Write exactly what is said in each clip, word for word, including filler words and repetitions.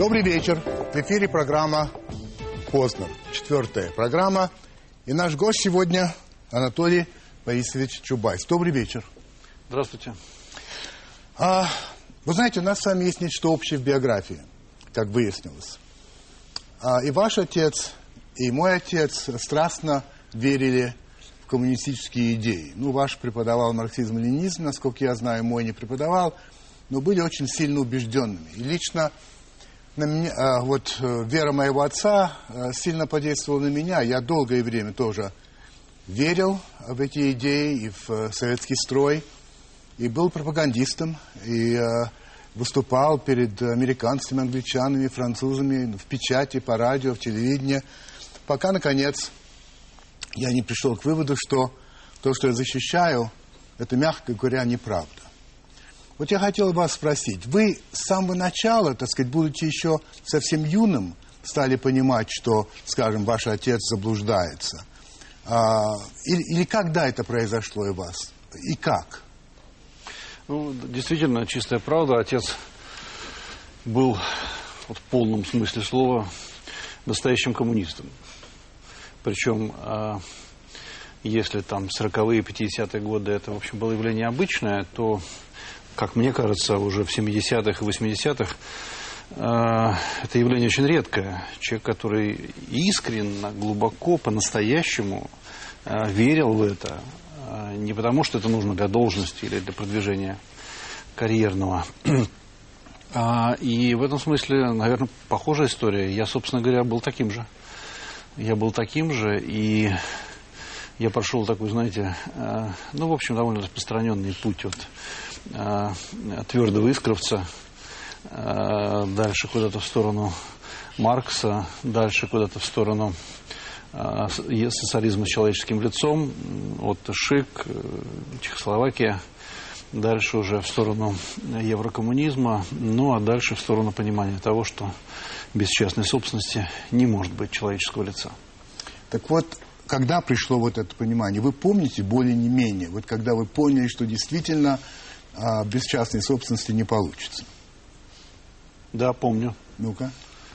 Добрый вечер. В эфире программа «Познер». Четвертая программа. И наш гость сегодня Анатолий Борисович Чубайс. Добрый вечер. Здравствуйте. А, вы знаете, у нас с вами есть нечто общее в биографии, как выяснилось. А, и ваш отец, и мой отец страстно верили в коммунистические идеи. Ну, ваш преподавал марксизм-ленинизм, насколько я знаю, мой не преподавал, но были очень сильно убежденными. И лично на меня, а, вот вера моего отца а, сильно подействовала на меня. Я долгое время тоже верил в эти идеи и в а, советский строй. И был пропагандистом, и э, выступал перед американцами, англичанами, французами в печати, по радио, в телевидении, пока, наконец, я не пришел к выводу, что то, что я защищаю, это, мягко говоря, неправда. Вот я хотел вас спросить, вы с самого начала, так сказать, будучи еще совсем юным, стали понимать, что, скажем, ваш отец заблуждается? А, или, или когда это произошло у вас? И как? Ну, действительно, чистая правда. Отец был вот, в полном смысле слова настоящим коммунистом. Причем, э, если там сороковые, пятидесятые годы это, в общем, было явление обычное, то, как мне кажется, уже в семидесятых и восьмидесятых э, это явление очень редкое. Человек, который искренне, глубоко, по-настоящему э, верил в это. Не потому, что это нужно для должности или для продвижения карьерного. И в этом смысле, наверное, похожая история. Я, собственно говоря, был таким же. Я был таким же, и я прошел такой, знаете, ну, в общем, довольно распространенный путь от твердого искровца, дальше куда-то в сторону Маркса, дальше куда-то в сторону социализма с человеческим лицом, от ШИК, Чехословакия, дальше уже в сторону еврокоммунизма, ну а дальше в сторону понимания того, что без частной собственности не может быть человеческого лица. Так вот, когда пришло вот это понимание, вы помните более не менее, вот когда вы поняли, что действительно а, без частной собственности не получится? Да, помню. Ну-ка.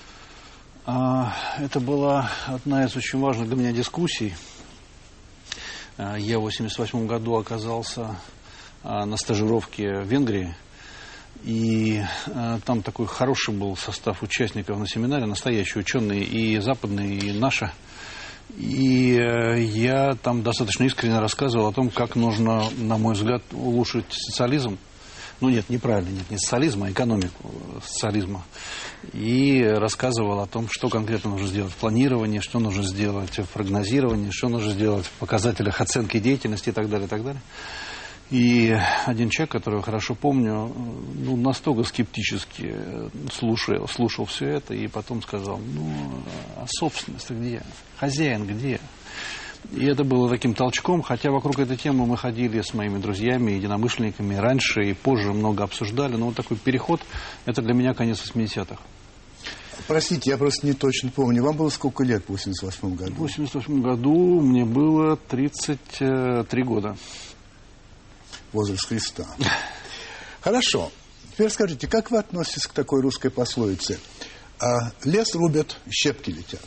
Это была одна из очень важных для меня дискуссий. Я в восемьдесят восьмом году оказался на стажировке в Венгрии. И там такой хороший был состав участников на семинаре, настоящие ученые, и западные, и наши. И я там достаточно искренне рассказывал о том, как нужно, на мой взгляд, улучшить социализм. Ну нет, неправильно, нет, не социализм, а экономику социализма. И рассказывал о том, что конкретно нужно сделать в планировании, что нужно сделать в прогнозировании, что нужно сделать в показателях оценки деятельности и так далее, и так далее. И один человек, которого хорошо помню, ну, настолько скептически слушал, слушал все это, и потом сказал, ну, а собственность-то где? Хозяин где? И это было таким толчком, хотя вокруг этой темы мы ходили с моими друзьями, единомышленниками раньше и позже много обсуждали, но вот такой переход, это для меня конец восьмидесятых. Простите, я просто не точно помню, вам было сколько лет в восемьдесят восьмом году? В восемьдесят восьмом году мне было тридцать три года. Возраст Христа. Хорошо. Теперь скажите, как вы относитесь к такой русской пословице? Лес рубят, щепки летят.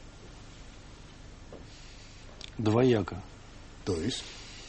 Двояко. То есть?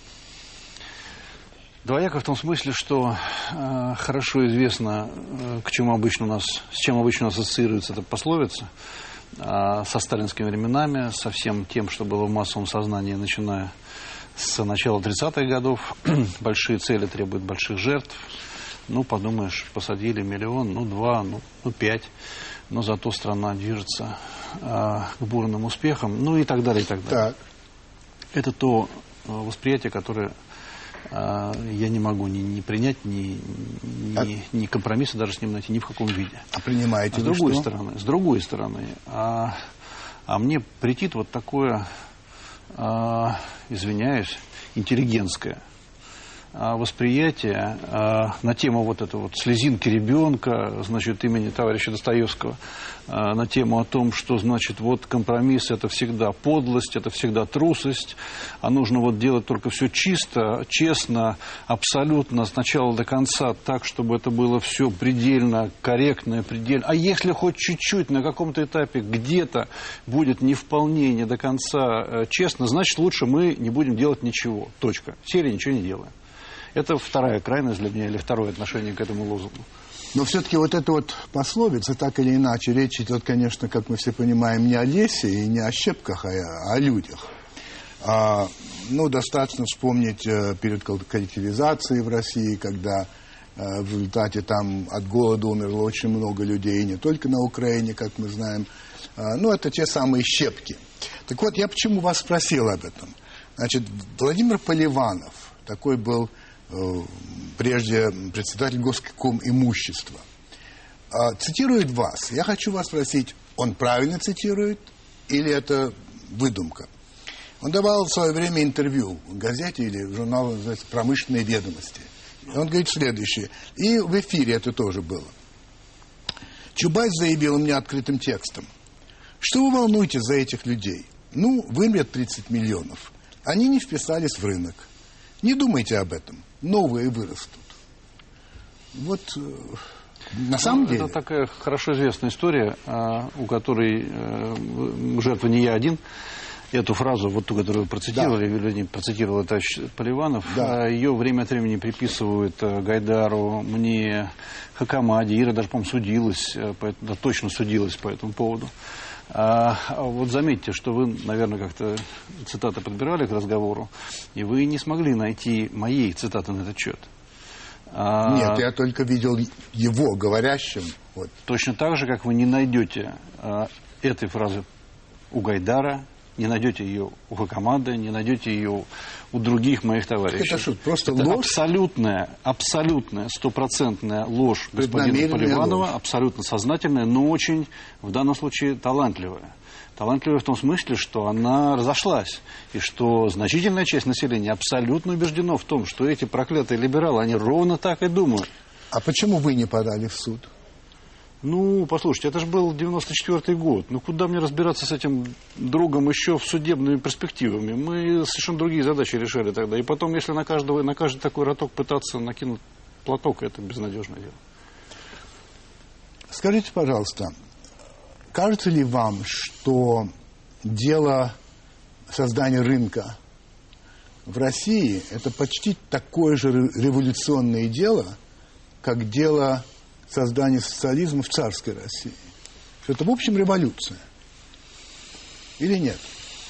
Двояко в том смысле, что э, хорошо известно, э, к чему обычно у нас, с чем обычно у нас ассоциируется эта пословица, э, со сталинскими временами, со всем тем, что было в массовом сознании, начиная с начала тридцатых годов. Большие цели требуют больших жертв. Ну, подумаешь, посадили миллион, ну, два, ну, ну пять. Но зато страна движется э, к бурным успехам, ну и так далее, и так далее. Так. Это то восприятие, которое э, я не могу ни, ни принять, ни, ни, а... ни компромисса даже с ним найти ни в каком виде. А принимаете а с другой что? стороны, с другой стороны, а, а мне претит вот такое, э, извиняюсь, интеллигентское восприятие на тему вот этого вот слезинки ребенка, значит, имени товарища Достоевского, на тему о том, что, значит, вот компромисс — это всегда подлость, это всегда трусость, а нужно вот делать только все чисто, честно, абсолютно, с начала до конца, так, чтобы это было все предельно корректно, предельно. А если хоть чуть-чуть на каком-то этапе где-то будет не вполне, не до конца честно, значит, лучше мы не будем делать ничего. Точка. Серия ничего не делаем. Это вторая крайность для меня, или второе отношение к этому лозунгу. Но все-таки вот эта вот пословица, так или иначе, речь идет, конечно, как мы все понимаем, не о лесе и не о щепках, а о людях. А, ну, достаточно вспомнить э, перед коллективизацией в России, когда э, в результате там от голода умерло очень много людей, не только на Украине, как мы знаем. А, ну, это те самые щепки. Так вот, я почему вас спросил об этом? Значит, Владимир Поливанов, такой был прежде председатель Госкомимущества, цитирует вас. Я хочу вас спросить, он правильно цитирует или это выдумка? Он давал в свое время интервью в газете или в журнале, называется «Промышленные ведомости». И он говорит следующее. И в эфире это тоже было. Чубайс заявил мне открытым текстом: что вы волнуетесь за этих людей? Ну, вымрет тридцать миллионов. Они не вписались в рынок. Не думайте об этом. Новые вырастут. Вот э, на самом ну, деле... Это такая хорошо известная история, э, у которой э, жертва не я один. Эту фразу, вот ту, которую вы процитировали, да. Вернее, процитировал товарищ Поливанов, да. Ее время от времени приписывают Гайдару, мне, Хакамаде. Ира даже, по-моему, судилась, да, точно судилась по этому поводу. А, вот заметьте, что вы, наверное, как-то цитаты подбирали к разговору, и вы не смогли найти моей цитаты на этот счет. А, Нет, я только видел его говорящим. Вот. Точно так же, как вы не найдете а, этой фразы у Гайдара, не найдете ее у Хакамады, не найдете ее у других моих товарищей. Это что, просто это ложь? Абсолютная, абсолютная, стопроцентная ложь господина Поливанова, ложь. Абсолютно сознательная, но очень, в данном случае, талантливая. Талантливая в том смысле, что она разошлась, и что значительная часть населения абсолютно убеждена в том, что эти проклятые либералы, они ровно так и думают. А почему вы не подали в суд? Ну, послушайте, это же был девяносто четвёртый год. Ну, куда мне разбираться с этим другом еще в судебными перспективами? Мы совершенно другие задачи решали тогда. И потом, если на каждого, на каждый такой роток пытаться накинуть платок, это безнадежное дело. Скажите, пожалуйста, кажется ли вам, что дело создания рынка в России – это почти такое же революционное дело, как дело создания социализма в царской России? Что это, в общем, революция? Или нет?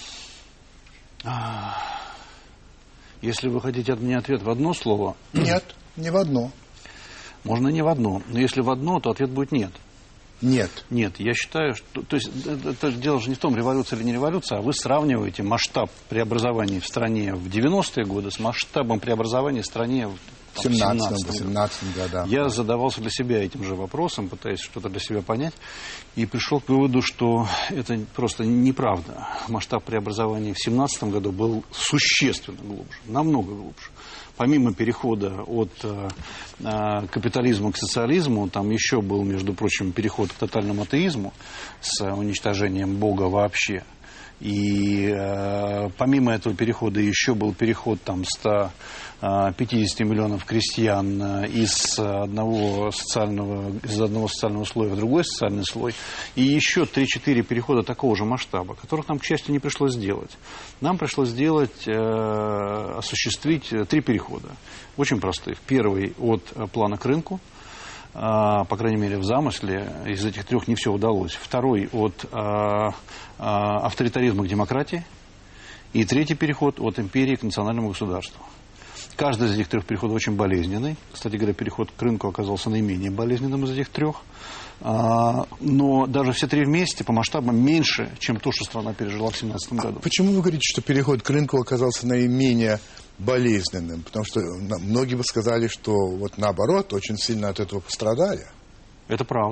Если вы хотите от меня ответ в одно слово... Нет, не в одно. Можно не в одно. Но если в одно, то ответ будет нет. Нет. Нет, я считаю, что... То есть, это дело же не в том, революция или не революция, а вы сравниваете масштаб преобразований в стране в девяностые годы с масштабом преобразований в стране в семнадцатом годах. Я задавался для себя этим же вопросом, пытаясь что-то для себя понять, и пришел к выводу, что это просто неправда. Масштаб преобразований в семнадцатом году был существенно глубже, намного глубже. Помимо перехода от э, капитализма к социализму, там еще был, между прочим, переход к тотальному атеизму с уничтожением Бога вообще. И э, помимо этого перехода еще был переход там ста пятидесяти миллионов крестьян из одного социального, из одного социального слоя в другой социальный слой. И еще три-четыре перехода такого же масштаба, которых нам, к счастью, не пришлось сделать. Нам пришлось сделать, э, осуществить три перехода. Очень простых. Первый от плана к рынку. По крайней мере, в замысле из этих трех не все удалось. Второй от а, а, авторитаризма к демократии. И третий переход от империи к национальному государству. Каждый из этих трех переходов очень болезненный. Кстати говоря, переход к рынку оказался наименее болезненным из этих трех. А, но даже все три вместе по масштабам меньше, чем то, что страна пережила в семнадцатом году. А почему вы говорите, что переход к рынку оказался наименее болезненным? Потому что многие бы сказали, что вот наоборот, очень сильно от этого пострадали. Это правда.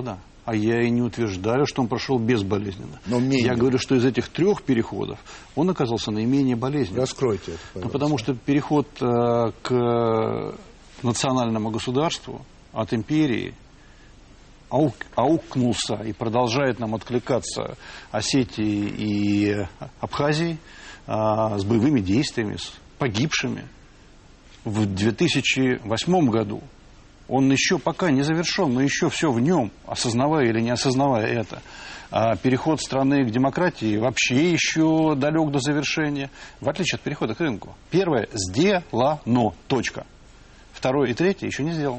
А я и не утверждаю, что он прошел безболезненно. Но менее. Я говорю, что из этих трех переходов он оказался наименее болезненным. Раскройте это, пожалуйста. Ну, потому что переход э, к национальному государству от империи аук, аукнулся и продолжает нам откликаться Осетии и Абхазии э, с боевыми действиями, с погибшими. В две тысячи восьмом году он еще пока не завершен, но еще все в нем, осознавая или не осознавая это. А переход страны к демократии вообще еще далек до завершения, в отличие от перехода к рынку. Первое – сделано. Точка. Второе и третье еще не сделано.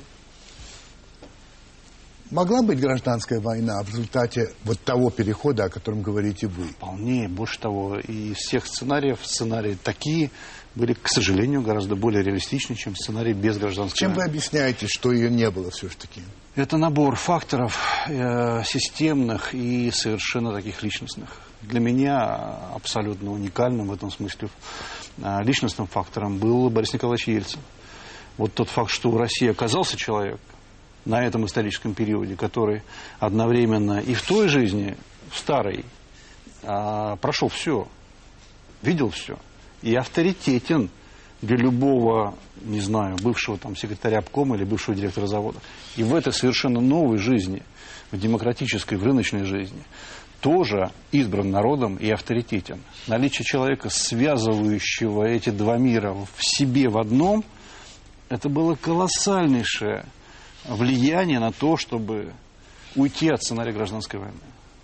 Могла быть гражданская война в результате вот того перехода, о котором говорите вы? Вполне. Больше того, и из всех сценариев, сценарии такие были, к сожалению, гораздо более реалистичны, чем сценарий без гражданской Чем войны. вы объясняете, что ее не было все-таки? Это набор факторов э, системных и совершенно таких личностных. Для меня абсолютно уникальным в этом смысле э, личностным фактором был Борис Николаевич Ельцин. Вот тот факт, что у России оказался человек на этом историческом периоде, который одновременно и в той жизни, в старой, э, прошел все, видел все, и авторитетен для любого, не знаю, бывшего там секретаря обкома или бывшего директора завода. И в этой совершенно новой жизни, в демократической, в рыночной жизни, тоже избран народом и авторитетен. Наличие человека, связывающего эти два мира в себе в одном, это было колоссальнейшее влияние на то, чтобы уйти от сценария гражданской войны.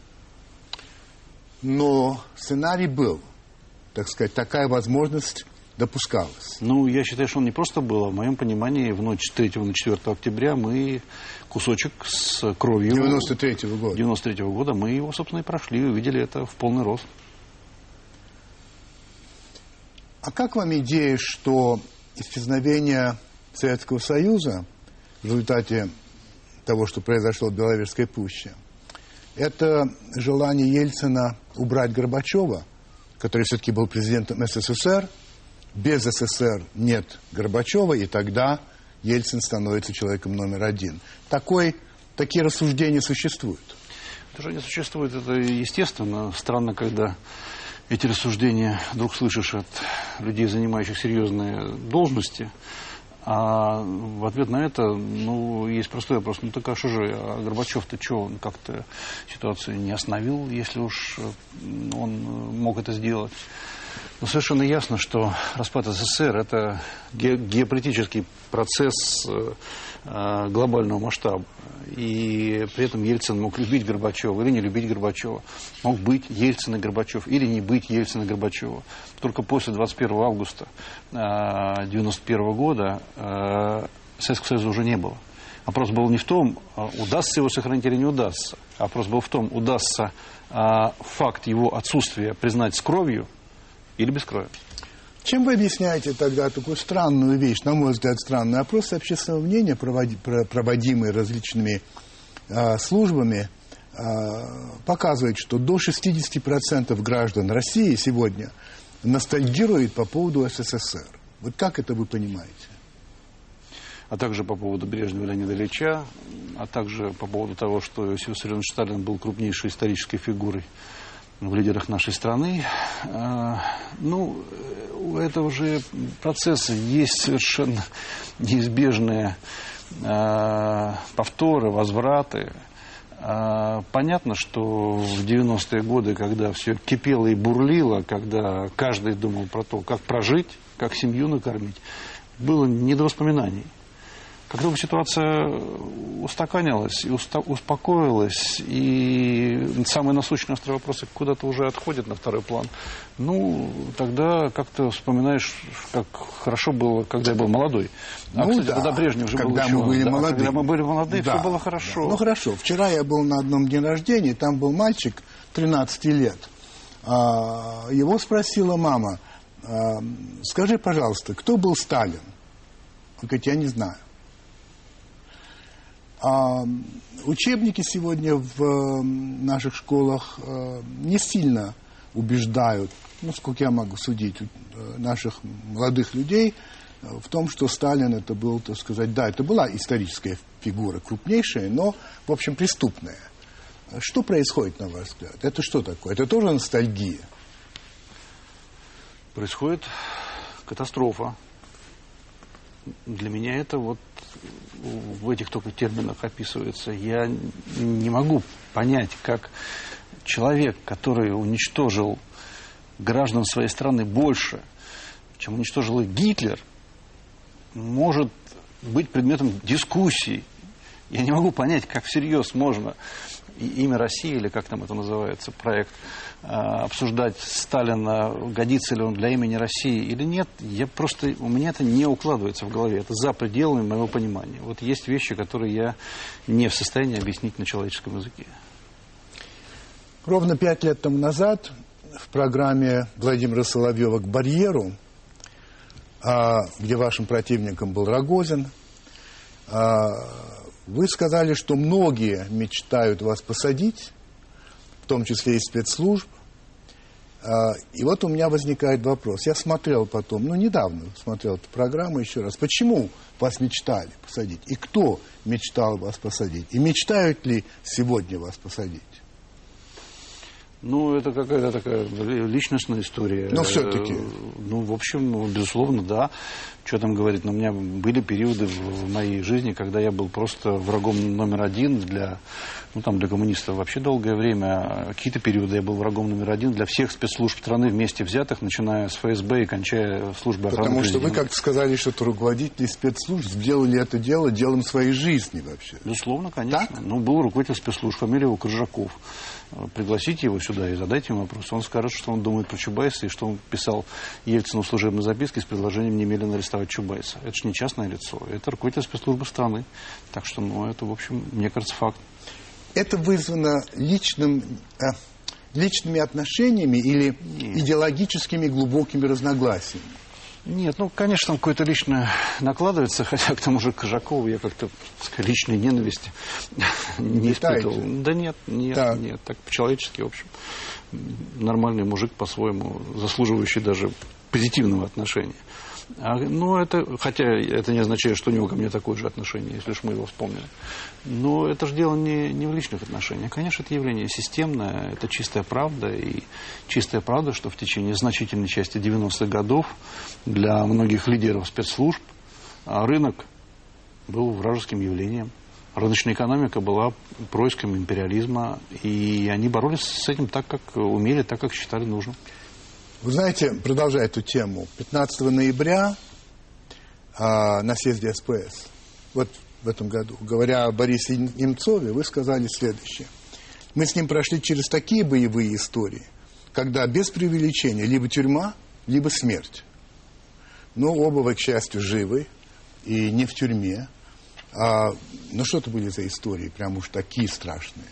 Но сценарий был, так сказать, такая возможность допускалась. Ну, я считаю, что он не просто был, а в моем понимании в ночь с третьего на четвёртое октября мы кусочек с кровью девяносто третьего года. девяносто третьего года, мы его, собственно, и прошли, и увидели это в полный рост. А как вам идея, что исчезновение Советского Союза в результате того, что произошло в Беловежской пуще, это желание Ельцина убрать Горбачева, который все-таки был президентом СССР? Без СССР нет Горбачева, и тогда Ельцин становится человеком номер один. Такой, такие рассуждения существуют. Это же не существует, это естественно. Странно, когда эти рассуждения вдруг слышишь от людей, занимающих серьезные должности, а в ответ на это, ну, есть простой вопрос. Ну, так а что же, а Горбачев-то что, он как-то ситуацию не остановил, если уж он мог это сделать? Но совершенно ясно, что распад СССР – это ге- геополитический процесс э, глобального масштаба. И при этом Ельцин мог любить Горбачева или не любить Горбачева. Мог быть Ельцин и Горбачев или не быть Ельцин и Горбачева. Только после двадцать первого августа девяносто первого года э, Советского Союза уже не было. Вопрос был не в том, удастся его сохранить или не удастся. Вопрос был в том, удастся э, факт его отсутствия признать с кровью или без крови. Чем вы объясняете тогда такую странную вещь, на мой взгляд, странную? Опросы общественного мнения, проводи, проводимые различными э, службами, э, показывают, что до шестидесяти процентов граждан России сегодня ностальгирует по поводу СССР. Вот как это вы понимаете? А также по поводу Брежнева, Леонида Ильича, а также по поводу того, что Иосиф Виссарионович Сталин был крупнейшей исторической фигурой в лидерах нашей страны. Ну, у этого же процесса есть совершенно неизбежные повторы, возвраты. Понятно, что в девяностые годы, когда все кипело и бурлило, когда каждый думал про то, как прожить, как семью накормить, было не до воспоминаний. Как только ситуация устаканилась и успокоилась, и самые насущные острые вопросы куда-то уже отходят на второй план, ну, тогда как-то вспоминаешь, как хорошо было, когда я был молодой. А, ну, кстати, да. когда Брежнев уже когда был мы еще, были да, молодые. Когда мы были молодые, да, все было хорошо. Да. Ну, хорошо. Вчера я был на одном дне рождения, там был мальчик тринадцати лет. А, его спросила мама, а, скажи, пожалуйста, кто был Сталин? Он говорит, я не знаю. А учебники сегодня в наших школах не сильно убеждают, ну, сколько я могу судить, наших молодых людей в том, что Сталин это был, так сказать, да, это была историческая фигура, крупнейшая, но, в общем, преступная. Что происходит, на ваш взгляд? Это что такое? Это тоже ностальгия? Происходит катастрофа. Для меня это вот в этих только терминах описывается. Я не могу понять, как человек, который уничтожил граждан своей страны больше, чем уничтожил их Гитлер, может быть предметом дискуссий. Я не могу понять, как всерьез можно имя России, или как там это называется, проект, обсуждать Сталина, годится ли он для имени России или нет. Я просто, у меня это не укладывается в голове. Это за пределами моего понимания. Вот есть вещи, которые я не в состоянии объяснить на человеческом языке. Ровно пять лет тому назад в программе Владимира Соловьева «К барьеру», где вашим противником был Рогозин, вы сказали, что многие мечтают вас посадить, в том числе и спецслужб. И вот у меня возникает вопрос. Я смотрел потом, ну, недавно смотрел эту программу еще раз. Почему вас мечтали посадить? И кто мечтал вас посадить? И мечтают ли сегодня вас посадить? Ну, это какая-то такая личностная история. Но все-таки. Ну, в общем, безусловно, да. Что там говорить? Но у меня были периоды в моей жизни, когда я был просто врагом номер один для, ну, там, для коммунистов вообще долгое время. Какие-то периоды я был врагом номер один для всех спецслужб страны вместе взятых, начиная с эф эс бэ и кончая службой охраны. Потому что вы как-то сказали, что руководители спецслужб сделали это дело делом своей жизни вообще. Безусловно, конечно. Так? Ну, был руководитель спецслужб, фамилия его Коржаков. Пригласите его сюда и задайте ему вопрос. Он скажет, что он думает про Чубайса и что он писал Ельцину в служебной записке с предложением немедленно арестовать Чубайса. Это же не частное лицо, это руководитель спецслужбы страны. Так что, ну, это, в общем, мне кажется, факт. Это вызвано личным, э, личными отношениями или Нет. идеологическими глубокими разногласиями? Нет, ну, конечно, там какое-то личное накладывается, хотя к тому же Кожакову я как-то, сказать, личной ненависти не испытывал. Да нет, нет, так. нет, так по-человечески, в общем. Нормальный мужик по-своему, заслуживающий даже позитивного отношения. А, ну, это, хотя это не означает, что у него ко мне такое же отношение, если уж мы его вспомнили. Но это же дело не, не в личных отношениях. Конечно, это явление системное, это чистая правда. И чистая правда, что в течение значительной части девяностых годов для многих лидеров спецслужб рынок был вражеским явлением. Рыночная экономика была происком империализма, и они боролись с этим так, как умели, так, как считали нужным. Вы знаете, продолжая эту тему, пятнадцатого ноября а, на съезде эс пэ эс, вот в этом году, говоря о Борисе Немцове, вы сказали следующее. Мы с ним прошли через такие боевые истории, когда без преувеличения либо тюрьма, либо смерть. Но оба вы, к счастью, живы и не в тюрьме. А, ну, что это были за истории, прям уж такие страшные?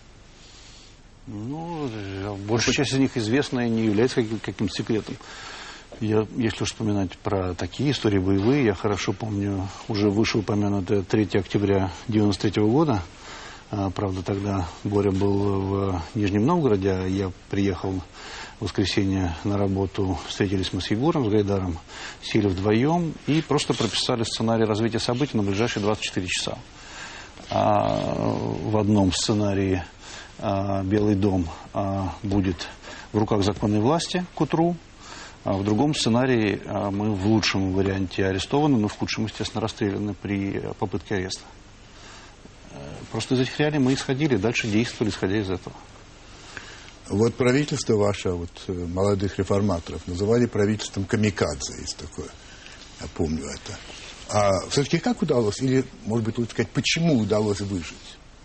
Ну, большая часть из них известна и не является каким- каким-то секретом. Я, если уж вспоминать про такие истории боевые, я хорошо помню уже вышеупомянутое третьего октября девяносто третьего года. А, правда, тогда Боря был в Нижнем Новгороде, а я приехал в воскресенье на работу. Встретились мы с Егором, с Гайдаром, сели вдвоем и просто прописали сценарий развития событий на ближайшие двадцать четыре часа. А, в одном сценарии Белый дом будет в руках законной власти к утру. В другом сценарии мы в лучшем варианте арестованы, но в худшем, естественно, расстреляны при попытке ареста. Просто из этих реалий мы исходили, дальше действовали, исходя из этого. Вот правительство ваше, вот, молодых реформаторов, называли правительством камикадзе, есть такое. Я помню это. А все-таки как удалось, или, может быть, лучше сказать, почему удалось выжить?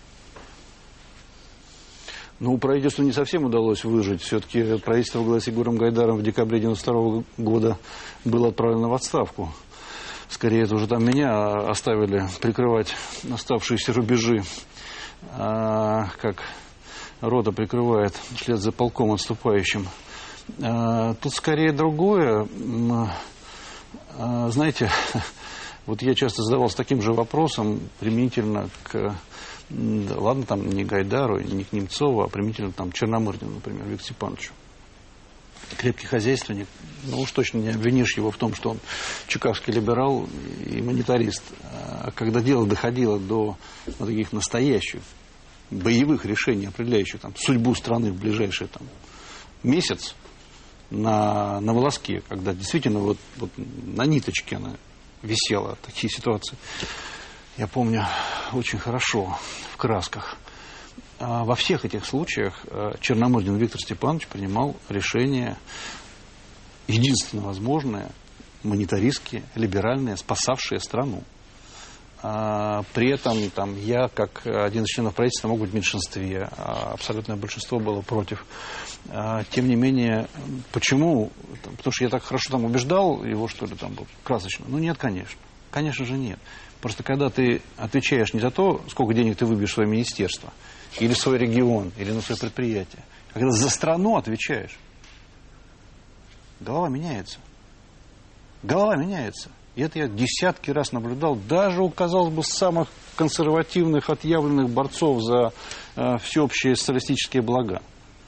Ну, правительству не совсем удалось выжить. Все-таки правительство во главе с Егором Гайдаром в декабре девяносто второго года было отправлено в отставку. Скорее, это уже там меня оставили прикрывать оставшиеся рубежи, а, как рота прикрывает вслед за полком отступающим. А, тут скорее другое. А, знаете, вот я часто задавался таким же вопросом применительно к... Да, ладно, там не Гайдару, не к Немцову, а применительно там Черномырдину, например, Виктору Степановичу. Крепкий хозяйственник, ну уж точно не обвинишь его в том, что он чикагский либерал и монетарист. А когда дело доходило до вот таких настоящих боевых решений, определяющих там, судьбу страны в ближайший там, месяц, на, на волоске, когда действительно вот, вот на ниточке она висела, такие ситуации. Я помню очень хорошо, в красках. А во всех этих случаях Черномырдин Виктор Степанович принимал решение единственно возможное, монетаристские, либеральные, спасавшие страну. А, при этом там, я, как один из членов правительства, мог быть в меньшинстве, а абсолютное большинство было против. А, тем не менее, почему? Потому что я так хорошо там убеждал его, что ли, там был красочно? Ну, нет, конечно. Конечно же, нет. Просто когда ты отвечаешь не за то, сколько денег ты выбьешь в свое министерство, или в свой регион, или на свое предприятие, а когда за страну отвечаешь, голова меняется. Голова меняется. И это я десятки раз наблюдал, даже у, казалось бы, самых консервативных, отъявленных борцов за э, всеобщие социалистические блага.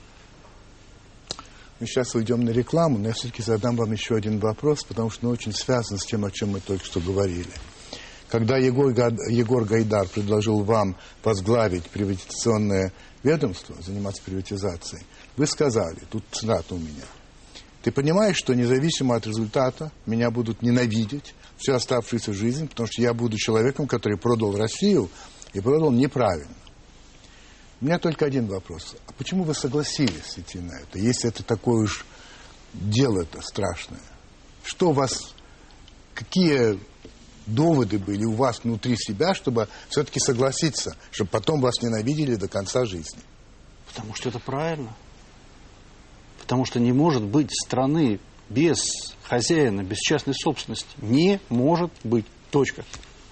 Мы сейчас уйдем на рекламу, но я все-таки задам вам еще один вопрос, потому что он очень связан с тем, о чем мы только что говорили. Когда Егор, Егор Гайдар предложил вам возглавить приватизационное ведомство, заниматься приватизацией, вы сказали, тут цитата у меня: ты понимаешь, что независимо от результата меня будут ненавидеть всю оставшуюся жизнь, потому что я буду человеком, который продал Россию и продал неправильно. У меня только один вопрос. А почему вы согласились идти на это, если это такое уж дело-то страшное? Что у вас, какие доводы были у вас внутри себя, чтобы все-таки согласиться, чтобы потом вас ненавидели до конца жизни? Потому что это правильно. Потому что не может быть страны без хозяина, без частной собственности. Не может быть. Точка.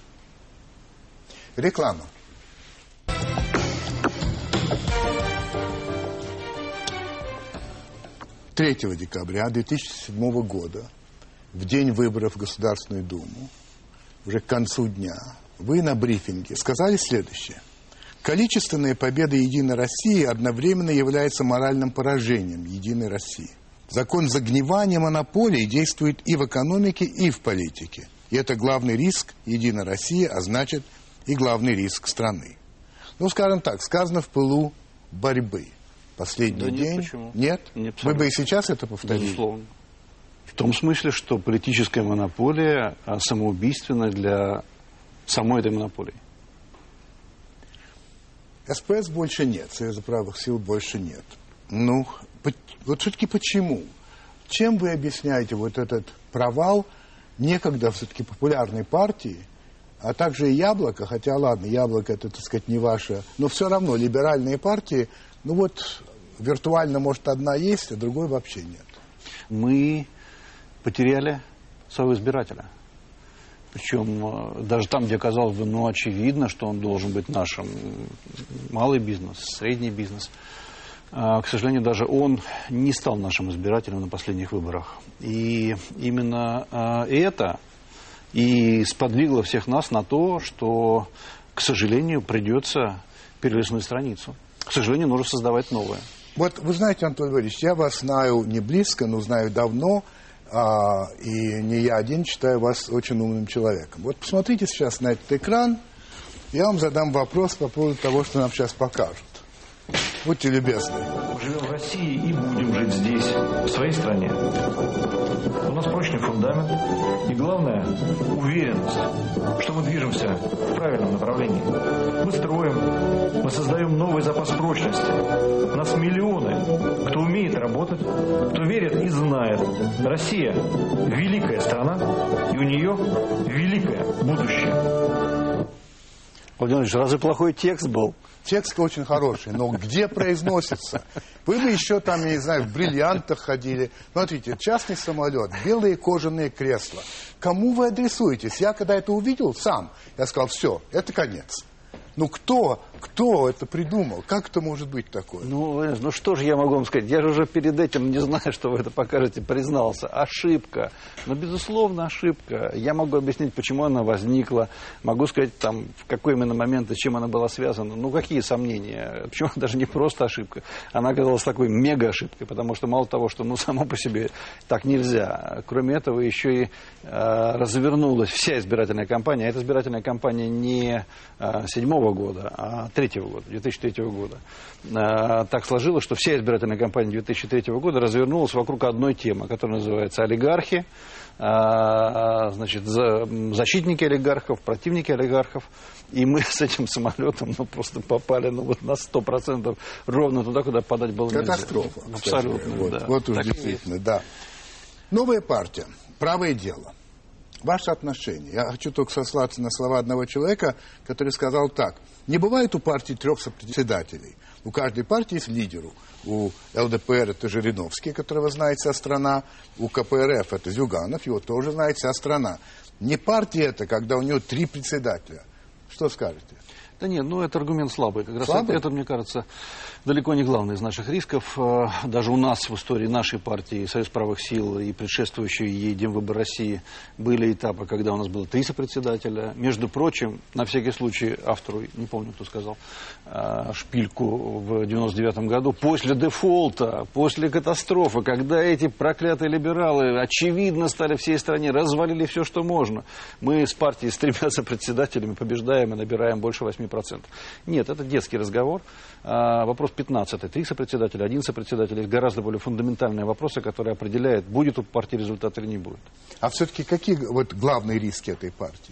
Реклама. третьего декабря две тысячи седьмого года, в день выборов в Государственную Думу, уже к концу дня, вы на брифинге сказали следующее: количественная победа Единой России одновременно является моральным поражением Единой России. Закон загнивания монополий действует и в экономике, и в политике. И это главный риск Единой России, а значит и главный риск страны. Ну, скажем так, сказано в пылу борьбы. Последний да день. Нет, почему? Нет? Нет, вы бы и сейчас это повторили? Безусловно. В том смысле, что политическая монополия самоубийственна для самой этой монополии. СПС больше нет, Союза правых сил больше нет. Ну, вот все-таки почему? Чем вы объясняете вот этот провал некогда все-таки популярной партии, а также и Яблоко, хотя, ладно, Яблоко это, так сказать, не ваше, но все равно либеральные партии, ну вот, виртуально, может, одна есть, а другой вообще нет. Мы потеряли своего избирателя. Причем даже там, где, казалось бы, ну, очевидно, что он должен быть нашим. Малый бизнес, средний бизнес. К сожалению, даже он не стал нашим избирателем на последних выборах. И именно это и сподвигло всех нас на то, что, к сожалению, придется перелистнуть страницу. К сожалению, нужно создавать новое. Вот вы знаете, Антон Борисович, я вас знаю не близко, но знаю давно. А, и не я один считаю вас очень умным человеком. Вот посмотрите сейчас на этот экран, я вам задам вопрос по поводу того, что нам сейчас покажут. Будьте любезны. Мы живем в России и будем жить здесь, в своей стране. У нас прочный фундамент и, главное, уверенность, что мы движемся в правильном направлении. Мы строим, мы создаем новый запас прочности. У нас миллионы, кто умеет работать, кто верит и знает. Россия – великая страна, и у нее великое будущее. Владимир Ильич, разве плохой текст был? Текст очень хороший, но где произносится? Вы бы еще там, я не знаю, в бриллиантах ходили. Смотрите, частный самолет, белые кожаные кресла. Кому вы адресуетесь? Я когда это увидел сам, я сказал, все, это конец. Ну кто, кто это придумал? Как это может быть такое? Ну, ну что же я могу вам сказать? Я же уже перед этим, не знаю, что вы это покажете, признался. Ошибка. Но, безусловно, ошибка. Я могу объяснить, почему она возникла. Могу сказать, там, в какой именно момент и с чем она была связана. Ну, какие сомнения? Почему она даже не просто ошибка? Она оказалась такой мега-ошибкой, потому что мало того, что, ну, само по себе так нельзя. Кроме этого, еще и э, развернулась вся избирательная кампания. А эта избирательная кампания не э, седьмого года, а третьего года, две тысячи третьего года. Так сложилось, что вся избирательная кампания две тысячи третьего года развернулась вокруг одной темы, которая называется «Олигархи», значит, защитники олигархов, противники олигархов. И мы с этим самолетом ну, просто попали ну, вот на сто процентов ровно туда, куда подать было нельзя. Катастрофа. Абсолютно, вот, да. Вот уж так действительно, да. Новая партия. Правое дело. Ваше отношение. Я хочу только сослаться на слова одного человека, который сказал так. Не бывает у партии трех сопредседателей. У каждой партии есть лидеру. У ЛДПР это Жириновский, которого знает вся страна. У КПРФ это Зюганов, его тоже знает вся страна. Не партия это, когда у него три председателя. Что скажете? Да нет, ну это аргумент слабый. Как раз слабый? Это, это, мне кажется, далеко не главный из наших рисков. Даже у нас в истории нашей партии, Союз правых сил и предшествующие ей Демвыбор России были этапы, когда у нас было три сопредседателя. Между прочим, на всякий случай автору, не помню, кто сказал, шпильку в девяносто девятом году, после дефолта, после катастрофы, когда эти проклятые либералы очевидно стали всей стране, развалили все, что можно. Мы с партией с тремя сопредседателями побеждаем и набираем больше восьми процентов. Нет, это детский разговор. А, вопрос пятнадцатый. Три сопредседателя, один сопредседатель. Есть гораздо более фундаментальные вопросы, которые определяют, будет у партии результат или не будет. А все-таки какие вот главные риски этой партии?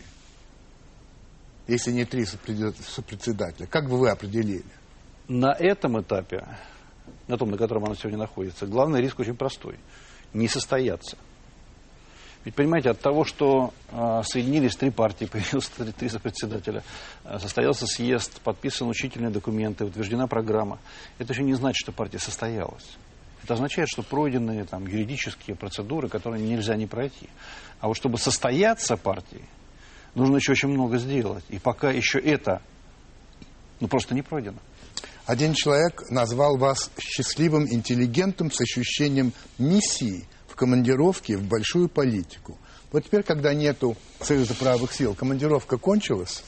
Если не три сопредседателя, как бы вы определили? На этом этапе, на том, на котором она сегодня находится, главный риск очень простой. Не состояться. Ведь, понимаете, от того, что э, соединились три партии, появилось три, три сопредседателя, э, состоялся съезд, подписаны учительные документы, утверждена программа, это еще не значит, что партия состоялась. Это означает, что пройдены там, юридические процедуры, которые нельзя не пройти. А вот чтобы состояться партией, нужно еще очень много сделать. И пока еще это ну, просто не пройдено. Один человек назвал вас счастливым интеллигентом с ощущением миссии в командировке в большую политику. Вот теперь, когда нету Союза правых сил, командировка кончилась?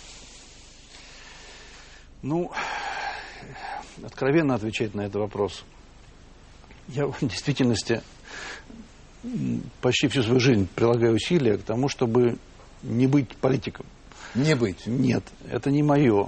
Ну, откровенно отвечать на этот вопрос. Я в действительности почти всю свою жизнь прилагаю усилия к тому, чтобы не быть политиком. Не быть? Нет, это не мое.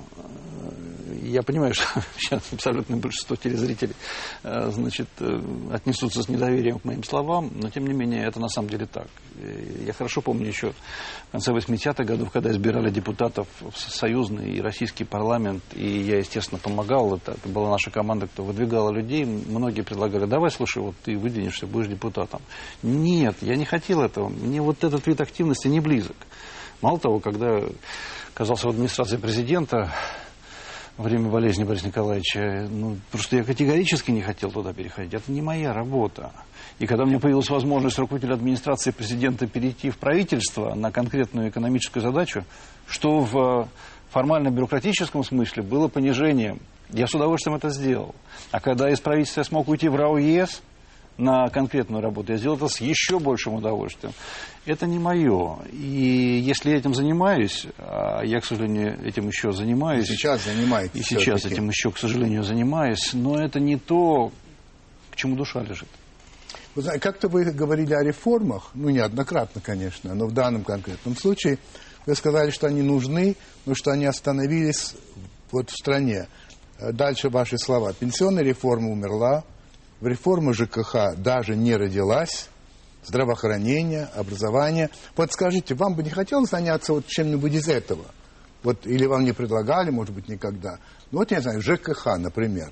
Я понимаю, что сейчас абсолютное большинство телезрителей значит, отнесутся с недоверием к моим словам, но тем не менее это на самом деле так. Я хорошо помню еще в конце восьмидесятых годов, когда избирали депутатов в союзный и российский парламент, и я, естественно, помогал, это, это была наша команда, кто выдвигала людей, многие предлагали, давай, слушай, вот ты выдвинешься, будешь депутатом. Нет, я не хотел этого, мне вот этот вид активности не близок. Мало того, когда оказался в администрации президента во время болезни Бориса Николаевича, ну, просто я категорически не хотел туда переходить. Это не моя работа. И когда у меня появилась возможность руководителя администрации президента перейти в правительство на конкретную экономическую задачу, что в формально-бюрократическом смысле было понижением, я с удовольствием это сделал. А когда из правительства я смог уйти в РАО ЕС на конкретную работу, я сделал это с еще большим удовольствием. Это не мое. И если я этим занимаюсь, а я, к сожалению, этим еще занимаюсь. И сейчас занимаетесь. И сейчас этим еще, к сожалению, занимаюсь. Но это не то, к чему душа лежит. Вы знаете, как-то вы говорили о реформах, ну, неоднократно, конечно, но в данном конкретном случае вы сказали, что они нужны, но что они остановились вот в стране. Дальше ваши слова. Пенсионная реформа умерла. Реформа ЖКХ даже не родилась, здравоохранение, образование. Вот скажите, вам бы не хотелось заняться вот чем-нибудь из этого? Вот, или вам не предлагали, может быть, никогда? Ну, вот, я не знаю, ЖКХ, например.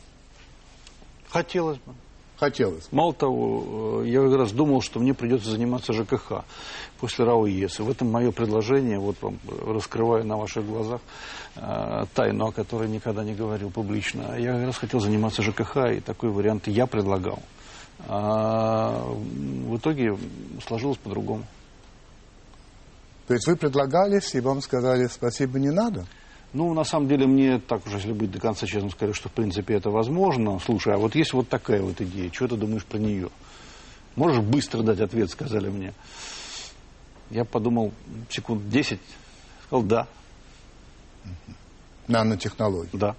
Хотелось бы. Хотелось. Мало того, я как раз думал, что мне придется заниматься ЖКХ после РАО ЕС. И в этом мое предложение, вот вам раскрываю на ваших глазах э, тайну, о которой никогда не говорил публично. Я как раз хотел заниматься ЖКХ, и такой вариант я предлагал. А в итоге сложилось по-другому. То есть вы предлагались, и вам сказали, спасибо, не надо? Ну, на самом деле, мне так уж, если быть до конца честным, сказали, что, в принципе, это возможно. Слушай, а вот есть вот такая вот идея, что ты думаешь про нее? Можешь быстро дать ответ, сказали мне. Я подумал секунд десять, сказал, да. Нанотехнологии. Да.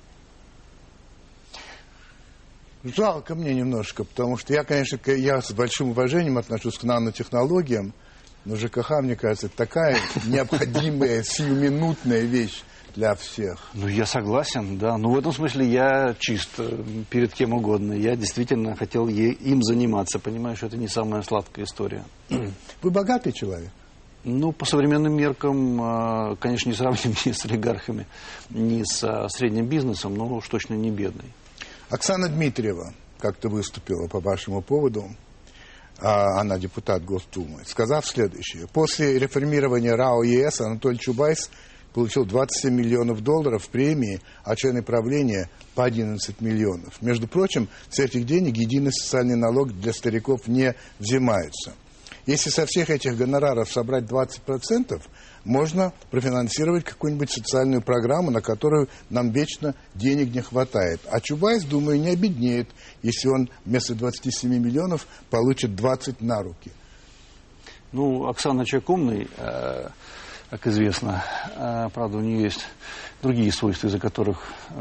Жалко мне немножко, потому что я, конечно, я с большим уважением отношусь к нанотехнологиям, но ЖКХ, мне кажется, такая необходимая, сиюминутная вещь. для всех. Ну, я согласен, да. Ну, в этом смысле я чист перед кем угодно. Я действительно хотел им заниматься. Понимаю, что это не самая сладкая история. Вы богатый человек? Ну, по современным меркам, конечно, не сравним ни с олигархами, ни со средним бизнесом, но уж точно не бедный. Оксана Дмитриева как-то выступила по вашему поводу. Она депутат Госдумы, сказав следующее. После реформирования РАО ЕС Анатолий Чубайс получил двадцать семь миллионов долларов премии, а члены правления по одиннадцать миллионов. Между прочим, с этих денег единый социальный налог для стариков не взимается. Если со всех этих гонораров собрать двадцать процентов, можно профинансировать какую-нибудь социальную программу, на которую нам вечно денег не хватает. А Чубайс, думаю, не обеднеет, если он вместо двадцати семи миллионов получит двадцать на руки. Ну, Оксана человек умный, э, как известно. Э, правда, у нее есть другие свойства, из-за которых э,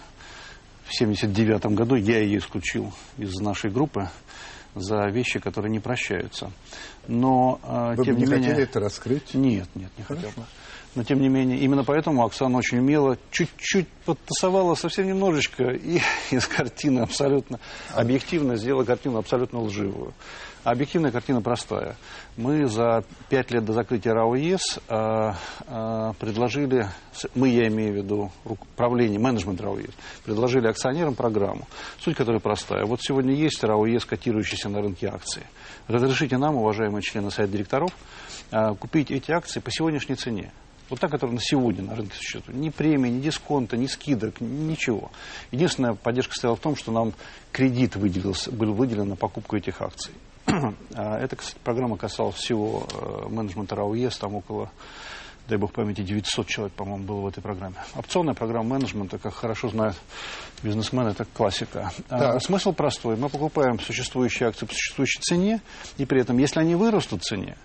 в семьдесят девятом году я ее исключил из нашей группы за вещи, которые не прощаются. Но, э, Вы тем бы не не хотели менее... это раскрыть? Нет, нет, не Хорошо. хотел бы. Но, тем не менее, именно поэтому Оксана очень умело, чуть-чуть подтасовала, совсем немножечко, и из картины абсолютно объективно сделала картину абсолютно лживую. А объективная картина простая. Мы за пять лет до закрытия РАО ЕС а, а, предложили, мы, я имею в виду правление, менеджмент РАО ЕС, предложили акционерам программу, суть которой простая. Вот сегодня есть РАО ЕС, котирующийся на рынке акций. Разрешите нам, уважаемые члены совета директоров, а, купить эти акции по сегодняшней цене. Вот та, которая на сегодня на рынке существует. Ни премии, ни дисконта, ни скидок, ничего. Единственная поддержка стояла в том, что нам кредит выделился, был выделен на покупку этих акций. Эта, кстати, программа касалась всего менеджмента РАО ЕС, там около, дай бог памяти, девятьсот человек, по-моему, было в этой программе. Опционная программа менеджмента, как хорошо знают бизнесмены, это классика. А, смысл простой. Мы покупаем существующие акции по существующей цене, и при этом, если они вырастут в цене,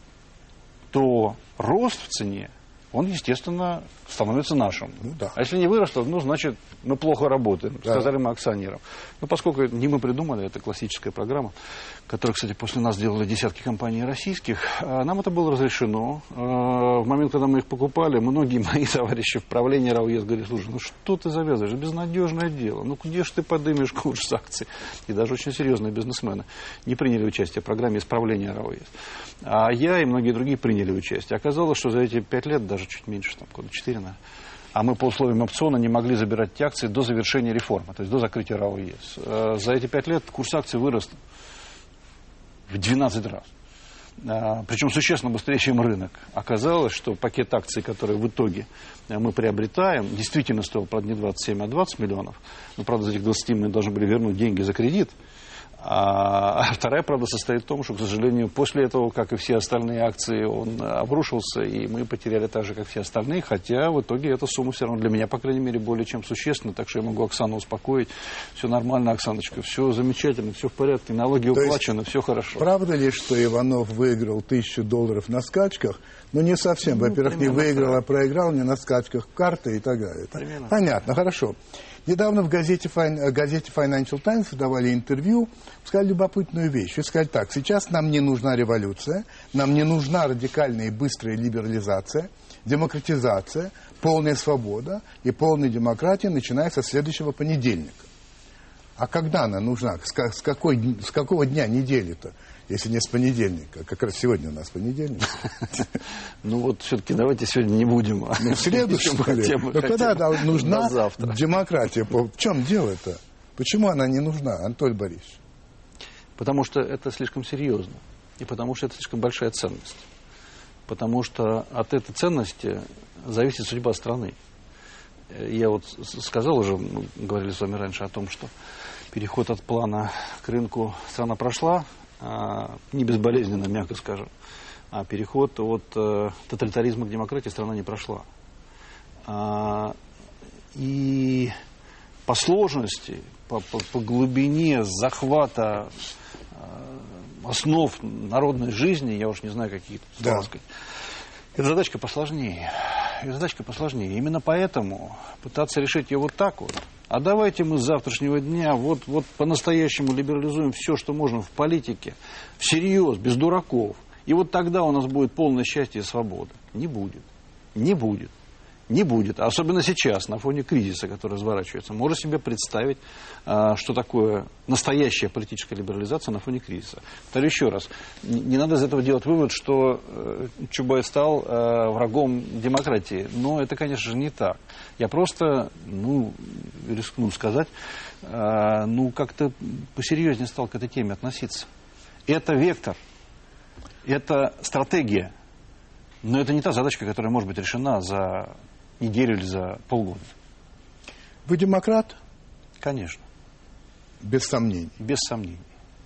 то рост в цене, он, естественно, становится нашим. Ну, да. А если не выросло, ну, значит, мы плохо работаем, да. Сказали мы акционерам. Ну, поскольку не мы придумали, это классическая программа, которую, кстати, после нас делали десятки компаний российских, нам это было разрешено. В момент, когда мы их покупали, многие мои товарищи в правлении РАО ЕС говорили: слушай, ну что ты завязываешь, безнадежное дело, ну где ж ты подымешь курс акций? И даже очень серьезные бизнесмены не приняли участие в программе исправления РАО ЕС. А я и многие другие приняли участие. Оказалось, что за эти пять лет, даже чуть меньше, там, года четыре, наверное, а мы по условиям опциона не могли забирать эти акции до завершения реформы, то есть до закрытия РАО ЕС. За эти пять лет курс акций вырос в двенадцать раз. Причем существенно быстрее, чем рынок. Оказалось, что пакет акций, который в итоге мы приобретаем, действительно стоил, правда, не двадцать семь, а двадцать миллионов. Но, правда, за этих двадцать мы должны были вернуть деньги за кредит. А вторая правда состоит в том, что, к сожалению, после этого, как и все остальные акции, он обрушился, и мы потеряли так же, как все остальные, хотя в итоге эта сумма все равно для меня, по крайней мере, более чем существенна, так что я могу Оксану успокоить. Все нормально, Оксаночка, все замечательно, все в порядке, налоги уплачены, все хорошо. Правда ли, что Иванов выиграл тысячу долларов на скачках? Ну, не совсем. Ну, Во-первых, не выиграл, а проиграл, не на скачках, карты и так далее. Примерно. Понятно, хорошо. Недавно в газете, газете Financial Times давали интервью, сказали любопытную вещь. И сказали так: сейчас нам не нужна революция, нам не нужна радикальная и быстрая либерализация, демократизация, полная свобода и полная демократия, начиная со следующего понедельника. А когда она нужна? С, с, какой, с какого дня недели-то? Если не с понедельника. Как раз сегодня у нас понедельник. Ну вот все-таки давайте сегодня не будем. Ну в среду, что ли? Ну когда нужна демократия? В чем дело-то? Почему она не нужна, Анатолий Борисович? Потому что это слишком серьезно. И потому что это слишком большая ценность. Потому что от этой ценности зависит судьба страны. Я вот сказал уже, мы говорили с вами раньше о том, что переход от плана к рынку страна прошла, не безболезненно, мягко скажем. А переход от э, тоталитаризма к демократии страна не прошла. А, и по сложности, по, по, по глубине захвата э, основ народной жизни, я уж не знаю, какие тут слова сказать, эта задачка посложнее. Эта задачка посложнее. Именно поэтому пытаться решить ее вот так вот. А давайте мы с завтрашнего дня вот, вот по-настоящему либерализуем все, что можно в политике, всерьез, без дураков. И вот тогда у нас будет полное счастье и свобода. Не будет. Не будет. Не будет. Особенно сейчас, на фоне кризиса, который разворачивается. Можно себе представить, что такое настоящая политическая либерализация на фоне кризиса. Повторю еще раз. Не надо из этого делать вывод, что Чубайс стал врагом демократии. Но это, конечно же, не так. Я просто, ну, рискну сказать, ну, как-то посерьезнее стал к этой теме относиться. Это вектор. Это стратегия. Но это не та задачка, которая может быть решена за неделю или за полгода. Вы демократ? Конечно. Без сомнений? Без сомнений.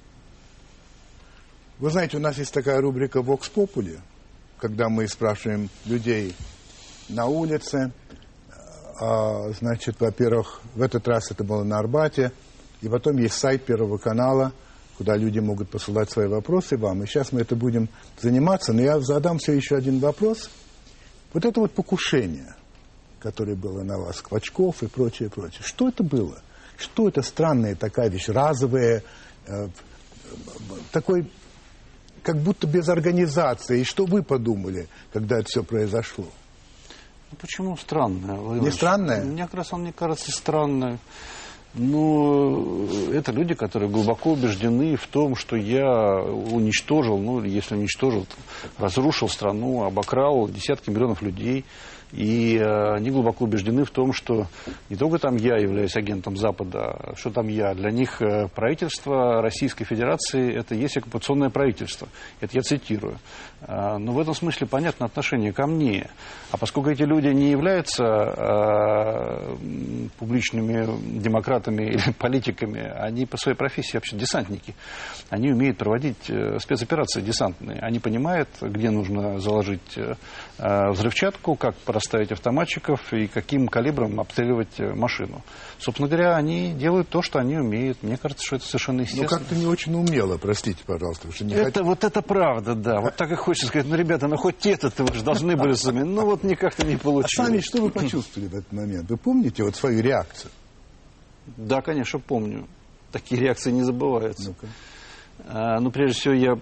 Вы знаете, у нас есть такая рубрика «Vox Populi», когда мы спрашиваем людей на улице. А, значит, во-первых, в этот раз это было на Арбате, и потом есть сайт Первого канала, куда люди могут посылать свои вопросы вам. И сейчас мы это будем заниматься, но я задам все еще один вопрос. Вот это вот покушение, которое было на вас, Клочков и прочее, прочее. Что это было? Что это странная такая вещь, разовая, э, такой, как будто без организации. И что вы подумали, когда это все произошло? Ну, почему странное? Не странное? Мне как раз он, мне кажется, странное. Ну, это люди, которые глубоко убеждены в том, что я уничтожил, ну, если уничтожил, разрушил страну, обокрал десятки миллионов людей. И э, они глубоко убеждены в том, что не только там я являюсь агентом Запада, а что там я. Для них э, правительство Российской Федерации – это есть оккупационное правительство. Это я цитирую. Э, но в этом смысле понятно отношение ко мне. А поскольку эти люди не являются э, публичными демократами или политиками, они по своей профессии вообще десантники. Они умеют проводить э, спецоперации десантные. Они понимают, где нужно заложить э, взрывчатку, как расставить автоматчиков и каким калибром обстреливать машину. Собственно говоря, они делают то, что они умеют. Мне кажется, что это совершенно естественно. Ну, как-то не очень умело, простите, пожалуйста. Что не это, хотите... Вот это правда, да. Вот так и хочется сказать, ну, ребята, ну, хоть это-то вы же должны были сами. Ну, вот никак-то не получилось. А сами что вы почувствовали в этот момент? Вы помните вот свою реакцию? Да, конечно, помню. Такие реакции не забываются. Ну-ка. А, ну, прежде всего, я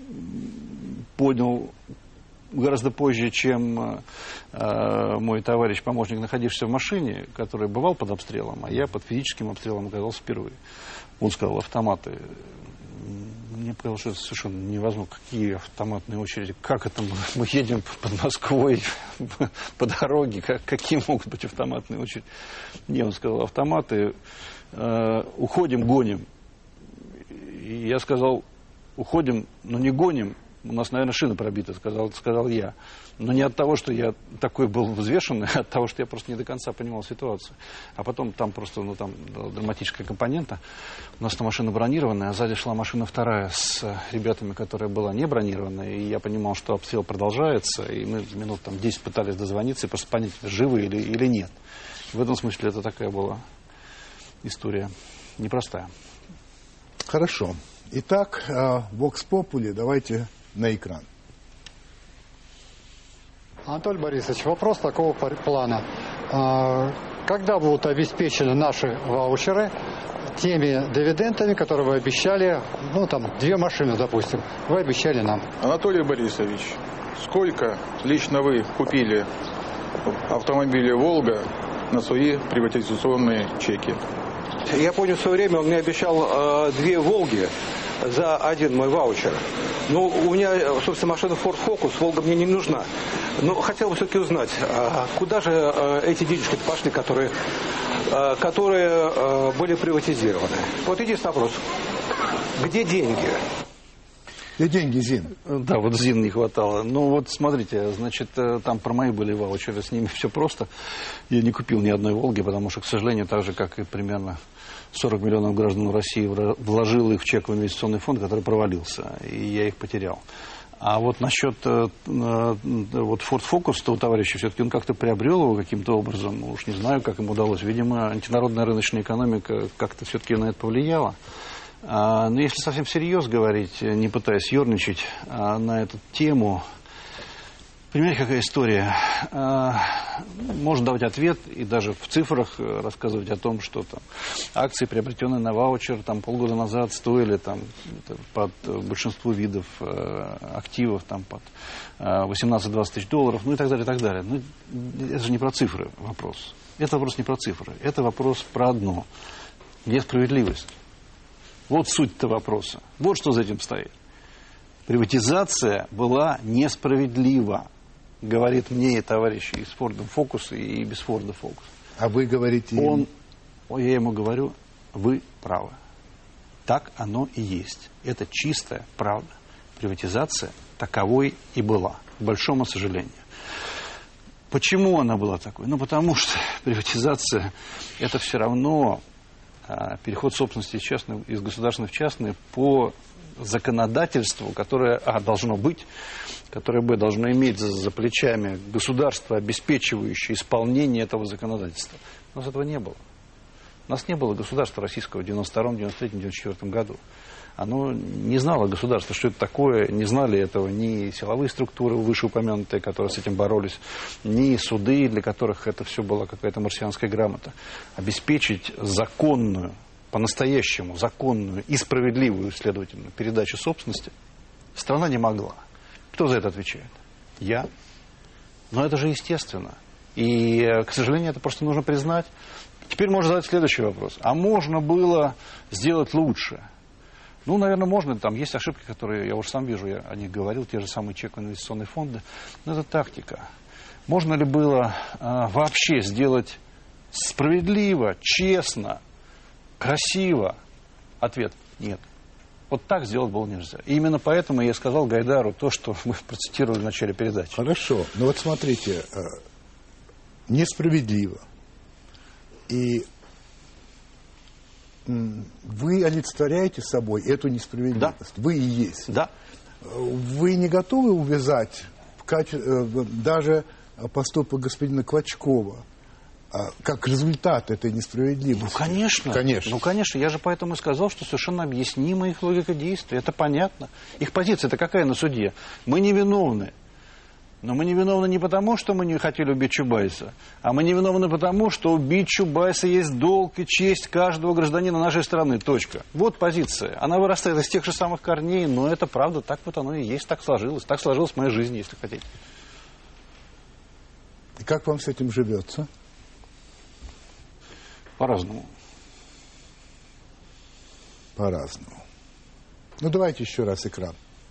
понял гораздо позже, чем э, мой товарищ, помощник, находившийся в машине, который бывал под обстрелом, а я под физическим обстрелом оказался впервые. Он сказал, автоматы. Мне показалось, что это совершенно невозможно. Какие автоматные очереди? Как это мы, мы едем под Москвой по дороге? Как, какие могут быть автоматные очереди? Не, он сказал, автоматы. Э, уходим, гоним. И я сказал, уходим, но не гоним. У нас, наверное, шина пробита, сказал, сказал я. Но не от того, что я такой был взвешенный, а от того, что я просто не до конца понимал ситуацию. А потом там просто, ну, там драматическая компонента. У нас там машина бронированная, а сзади шла машина вторая с ребятами, которая была не бронированная. И я понимал, что обстрел продолжается. И мы минут там десять пытались дозвониться и просто понять, живы или, или нет. В этом смысле это такая была история непростая. Хорошо. Итак, Vox Populi, давайте на экран. Анатолий Борисович, вопрос такого плана. Когда будут обеспечены наши ваучеры теми дивидендами, которые вы обещали, ну там две машины, допустим, вы обещали нам? Анатолий Борисович, сколько лично вы купили автомобили «Волга» на свои приватизационные чеки? Я понял, в свое время он мне обещал э, две «Волги» за один мой ваучер. Ну, у меня, собственно, машина Ford Focus, «Волга» мне не нужна. Но хотел бы все-таки узнать, а куда же э, эти денежки пошли, которые, э, которые э, были приватизированы? Вот единственный вопрос. Где деньги? Где деньги, Зин? Да, вот Зин не хватало. Ну вот смотрите, значит, там про мои были ваучеры, с ними все просто. Я не купил ни одной «Волги», потому что, к сожалению, так же, как и примерно сорок миллионов граждан России, вложил их в чековый инвестиционный фонд, который провалился, и я их потерял. А вот насчет э, э, вот Ford Focus, у товарища все-таки он как-то приобрел его каким-то образом, ну, уж не знаю, как ему удалось. Видимо, антинародная рыночная экономика как-то все-таки на это повлияла. А, но если совсем всерьез говорить, не пытаясь ерничать, а, на эту тему, Понимаете, какая история? Можно давать ответ и даже в цифрах рассказывать о том, что там акции, приобретенные на ваучер, там полгода назад стоили там, под большинство видов активов там, под восемнадцать-двадцать тысяч долларов, ну и так далее, и так далее. Ну, это же не про цифры вопрос. Это вопрос не про цифры. Это вопрос про одно. Где справедливость? Вот суть-то вопроса. Вот что за этим стоит. Приватизация была несправедлива, говорит мне товарищ из Форда Фокус и без Форда Фокус. А вы говорите... Он, я ему говорю, вы правы. Так оно и есть. Это чистая правда. Приватизация таковой и была, к большому сожалению. Почему она была такой? Ну, потому что приватизация – это все равно а, переход собственности из, частной, из государственной в частную по законодательству, которое а, должно быть, которое б, должно иметь за, за плечами государство, обеспечивающее исполнение этого законодательства. У нас этого не было. У нас не было государства российского в девяносто втором, девяносто третьем, девяносто четвёртом году. Оно не знало государства, что это такое, не знали этого ни силовые структуры вышеупомянутые, которые с этим боролись, ни суды, для которых это все была какая-то марсианская грамота. Обеспечить законную, по-настоящему законную и справедливую, следовательно, передачу собственности страна не могла. Кто за это отвечает? Я. Но это же естественно. И, к сожалению, это просто нужно признать. Теперь можно задать следующий вопрос. А можно было сделать лучше? Ну, наверное, можно. Там есть ошибки, которые, я уже сам вижу, я о них говорил, те же самые чековые инвестиционные фонды. Но это тактика. Можно ли было а, вообще сделать справедливо, честно, красиво? Ответ – нет. Вот так сделать было нельзя. И именно поэтому я сказал Гайдару то, что мы процитировали в начале передачи. Хорошо. Но вот смотрите, несправедливо. И вы олицетворяете собой эту несправедливость. Да. Вы и есть. Да. Вы не готовы увязать в каче... даже поступок господина Клочкова как результат этой несправедливости? Ну, конечно. Конечно. Ну, конечно. Я же поэтому и сказал, что совершенно объяснима их логика действия. Это понятно. Их позиция-то какая на суде? Мы невиновны. Но мы не виновны не потому, что мы не хотели убить Чубайса, а мы не виновны потому, что убить Чубайса есть долг и честь каждого гражданина нашей страны. Точка. Вот позиция. Она вырастает из тех же самых корней, но это правда, так вот оно и есть, так сложилось. Так сложилась моя жизнь, если хотите. И как вам с этим живется? По-разному. По-разному. Ну, давайте еще раз экран.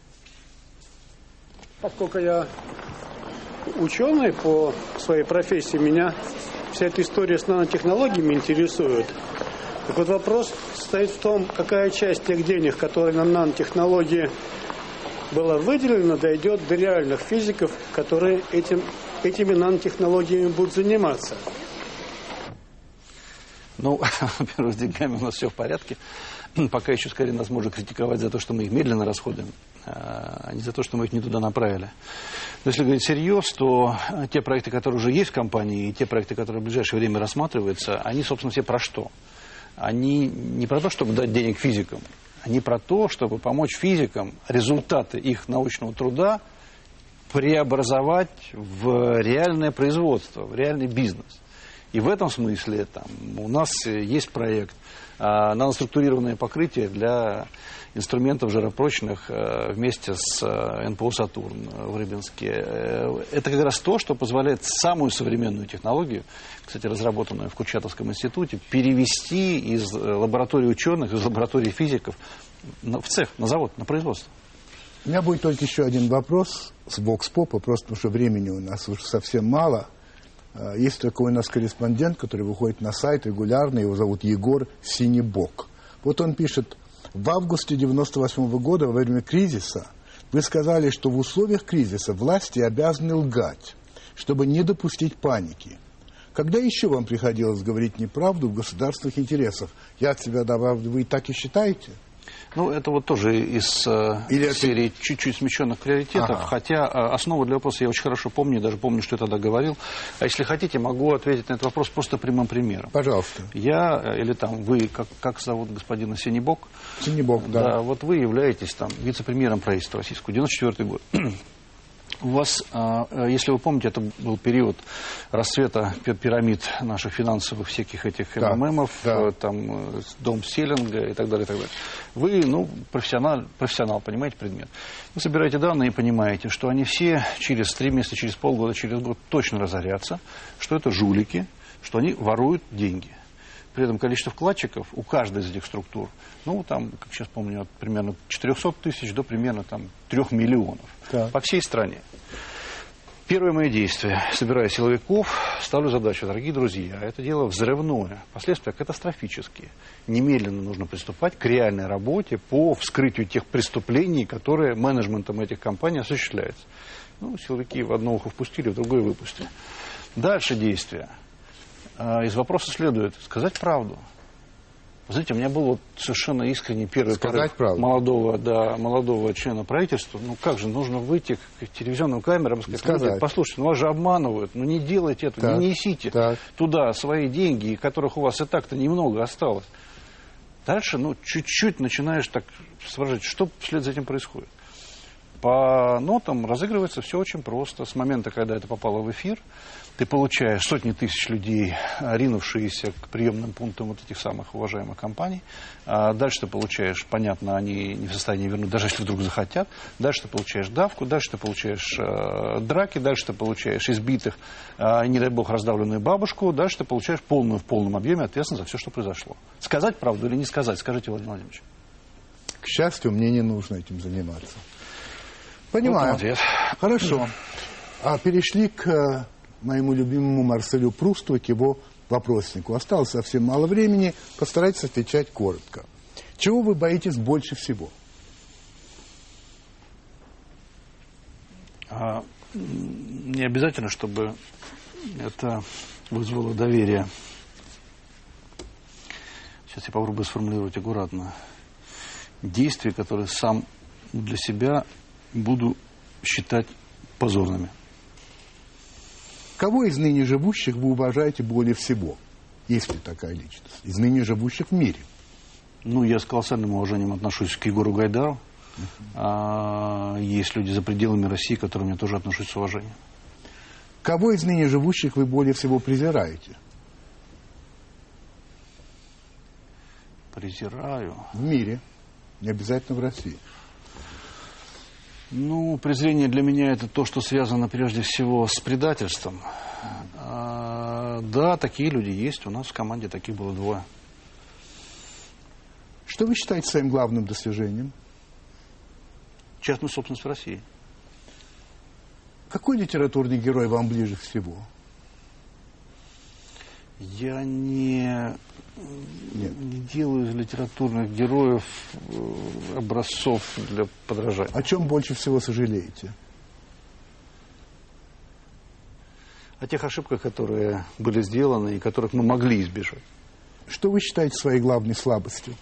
Поскольку я ученый по своей профессии, меня вся эта история с нанотехнологиями интересует. Так вот вопрос стоит в том, какая часть тех денег, которые на нанотехнологии была выделена, дойдет до реальных физиков, которые этим, этими нанотехнологиями будут заниматься. Ну, во-первых, с деньгами у нас все в порядке. Пока еще скорее нас можно критиковать за то, что мы их медленно расходуем, а не за то, что мы их не туда направили. Но если говорить всерьез, то те проекты, которые уже есть в компании, и те проекты, которые в ближайшее время рассматриваются, они, собственно, все про что? Они не про то, чтобы дать денег физикам, они про то, чтобы помочь физикам результаты их научного труда преобразовать в реальное производство, в реальный бизнес. И в этом смысле там, у нас есть проект а, наноструктурированное покрытие для инструментов жаропрочных а, вместе с а, эн пэ о «Сатурн» в Рыбинске. Это как раз то, что позволяет самую современную технологию, кстати, разработанную в Курчатовском институте, перевести из лаборатории ученых, из лаборатории физиков в цех, на завод, на производство. У меня будет только еще один вопрос с Vox-Pop, просто потому что времени у нас уже совсем мало. Есть такой у нас корреспондент, который выходит на сайт регулярно, его зовут Егор Синебок. Вот он пишет: в августе девяносто восьмого года, во время кризиса, вы сказали, что в условиях кризиса власти обязаны лгать, чтобы не допустить паники. Когда еще вам приходилось говорить неправду в государственных интересах? Я от себя добавлю, вы и так и считаете? Ну, это вот тоже из Или серии это... чуть-чуть смещенных приоритетов, ага. Хотя основу для вопроса я очень хорошо помню, даже помню, что я тогда говорил. А если хотите, могу ответить на этот вопрос просто прямым примером. Пожалуйста. Я, или там вы, как, как зовут господина Синебок? Синебок, да. Да, вот вы являетесь там вице-премьером правительства российского, девяносто четвёртый год. У вас, если вы помните, это был период расцвета пирамид наших финансовых всяких этих да, МММов, да. там, дом Селлинга и так далее, и так далее. Вы, ну, профессионал, профессионал, понимаете предмет. Вы собираете данные и понимаете, что они все через три месяца, через полгода, через год точно разорятся, что это жулики, что они воруют деньги. При этом количество вкладчиков у каждой из этих структур, ну, там, как сейчас помню, от примерно четырехсот тысяч до примерно там трёх миллионов. Да. По всей стране. Первое мое действие. Собираю силовиков, ставлю задачу, дорогие друзья, это дело взрывное, последствия катастрофические. Немедленно нужно приступать к реальной работе по вскрытию тех преступлений, которые менеджментом этих компаний осуществляются. Ну, силовики в одно ухо впустили, в другое выпустили. Дальше действия. Из вопроса следует сказать правду. Знаете, у меня был вот совершенно искренний первый порыв молодого, да, молодого члена правительства. Ну как же, нужно выйти к телевизионным камерам и сказать, сказать. Послушайте, ну вас же обманывают, ну не делайте это, так, не несите так. туда свои деньги, которых у вас и так-то немного осталось. Дальше, ну, чуть-чуть начинаешь так соображать, что вслед за этим происходит. По нотам разыгрывается все очень просто. С момента, когда это попало в эфир, ты получаешь сотни тысяч людей, ринувшиеся к приемным пунктам вот этих самых уважаемых компаний. Дальше ты получаешь, понятно, они не в состоянии вернуть, даже если вдруг захотят. Дальше ты получаешь давку, дальше ты получаешь э, драки, дальше ты получаешь избитых, э, не дай бог, раздавленную бабушку. Дальше ты получаешь полную в полном объеме ответственность за все, что произошло. Сказать правду или не сказать? Скажите, Владимир Владимирович. К счастью, мне не нужно этим заниматься. Понимаю. Вот хорошо. А перешли к моему любимому Марселю Прусту, к его вопроснику. Осталось совсем мало времени. Постарайтесь отвечать коротко. Чего вы боитесь больше всего? А, не обязательно, чтобы это вызвало доверие. Сейчас я попробую сформулировать аккуратно. Действия, которые сам для себя буду считать позорными. Кого из ныне живущих вы уважаете более всего, если такая личность, из ныне живущих в мире? Ну, я с колоссальным уважением отношусь к Егору Гайдару. Uh-huh. А, есть люди за пределами России, к которым я тоже отношусь с уважением. Кого из ныне живущих вы более всего презираете? Презираю? В мире, не обязательно в России. Ну, презрение для меня это то, что связано прежде всего с предательством. А, да, такие люди есть. У нас в команде таких было двое. Что вы считаете своим главным достижением? Частную собственность в России. Какой литературный герой вам ближе всего? Я не, не делаю из литературных героев образцов для подражания. О чем больше всего сожалеете? О тех ошибках, которые были сделаны и которых мы могли избежать. Что вы считаете своей главной слабостью?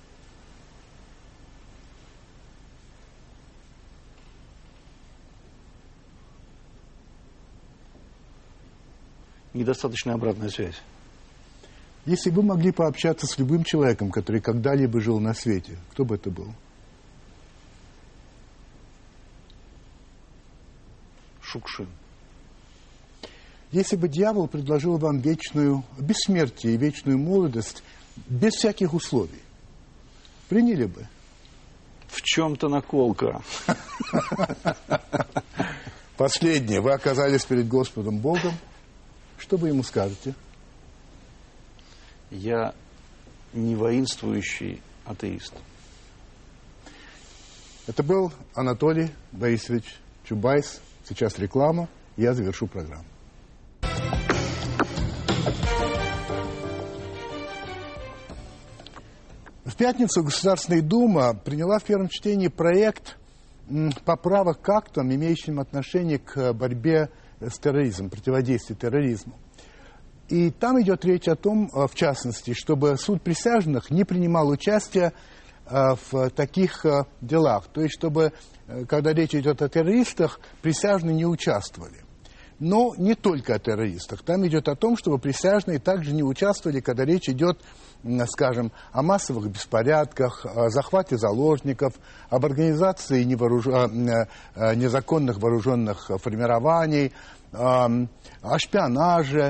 Недостаточная обратная связь. Если бы вы могли пообщаться с любым человеком, который когда-либо жил на свете, кто бы это был? Шукшин. Если бы дьявол предложил вам вечную бессмертие и вечную молодость без всяких условий, приняли бы? В чем-то наколка. Последнее. Вы оказались перед Господом Богом. Что вы ему скажете? Я не воинствующий атеист. Это был Анатолий Борисович Чубайс. Сейчас реклама. Я завершу программу. В пятницу Государственная Дума приняла в первом чтении проект поправок к актам, имеющим отношение к борьбе с терроризмом, противодействию терроризму. И там идет речь о том, в частности, чтобы суд присяжных не принимал участия в таких делах. То есть, чтобы, когда речь идет о террористах, присяжные не участвовали. Но не только о террористах. Там идет о том, чтобы присяжные также не участвовали, когда речь идет, скажем, о массовых беспорядках, о захвате заложников, об организации невооруж... незаконных вооруженных формирований, о шпионаже,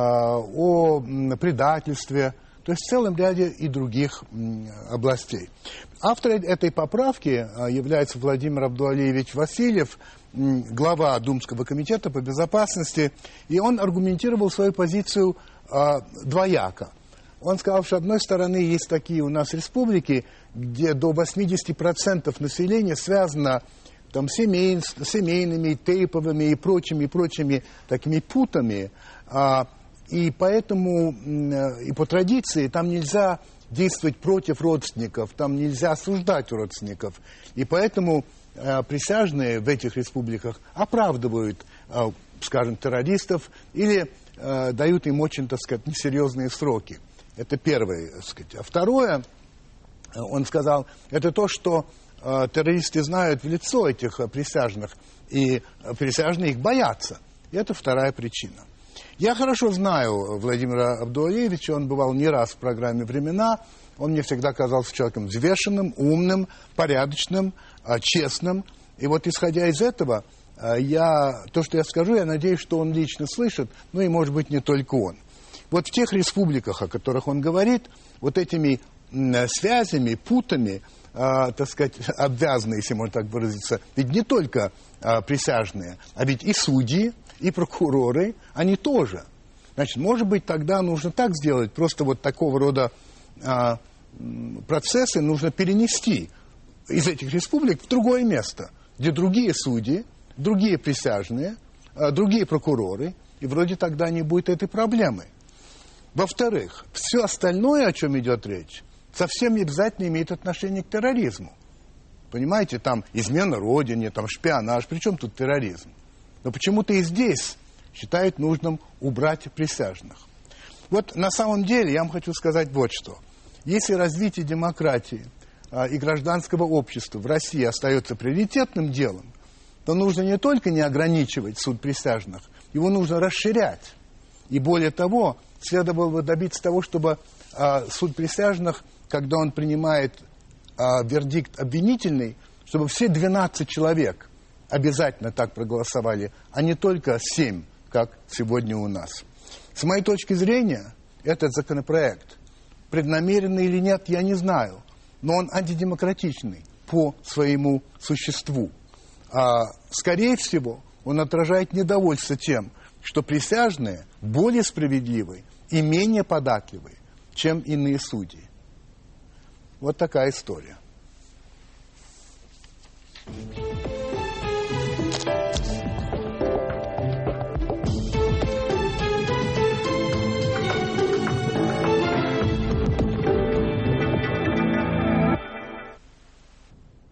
о предательстве, то есть в целом ряде и других областей. Автор этой поправки является Владимир Абдуалиевич Васильев, глава Думского комитета по безопасности, и он аргументировал свою позицию двояко. Он сказал, что, с одной стороны, есть такие у нас республики, где до восемьдесят процентов населения связано там, семей, семейными, тейповыми и прочими, прочими такими путами. А, и поэтому, и по традиции, там нельзя действовать против родственников, там нельзя осуждать родственников. И поэтому а, присяжные в этих республиках оправдывают, а, скажем, террористов или а, дают им очень, так сказать, несерьезные сроки. Это первое, так сказать. А второе, он сказал, это то, что э, террористы знают в лицо этих э, присяжных, и э, присяжные их боятся. И это вторая причина. Я хорошо знаю Владимира Абдуалиевича, он бывал не раз в программе «Времена», он мне всегда казался человеком взвешенным, умным, порядочным, э, честным. И вот исходя из этого, э, я, то, что я скажу, я надеюсь, что он лично слышит, ну и, может быть, не только он. Вот в тех республиках, о которых он говорит, вот этими м, связями, путами, э, так сказать, обвязаны, если можно так выразиться, ведь не только э, присяжные, а ведь и судьи, и прокуроры, они тоже. Значит, может быть, тогда нужно так сделать, просто вот такого рода э, процессы нужно перенести из этих республик в другое место, где другие судьи, другие присяжные, э, другие прокуроры, и вроде тогда не будет этой проблемы. Во-вторых, все остальное, о чем идет речь, совсем не обязательно имеет отношение к терроризму. Понимаете, там измена родине, там шпионаж, при чем тут терроризм? Но почему-то и здесь считают нужным убрать присяжных. Вот на самом деле я вам хочу сказать вот что. Если развитие демократии а, и гражданского общества в России остается приоритетным делом, то нужно не только не ограничивать суд присяжных, его нужно расширять. И более того, следовало бы добиться того, чтобы а, суд присяжных, когда он принимает а, вердикт обвинительный, чтобы все двенадцать человек обязательно так проголосовали, а не только семь, как сегодня у нас. С моей точки зрения, этот законопроект, преднамеренный или нет, я не знаю, но он антидемократичный по своему существу. А, скорее всего, он отражает недовольство тем, что присяжные более справедливы и менее податливы, чем иные судьи. Вот такая история.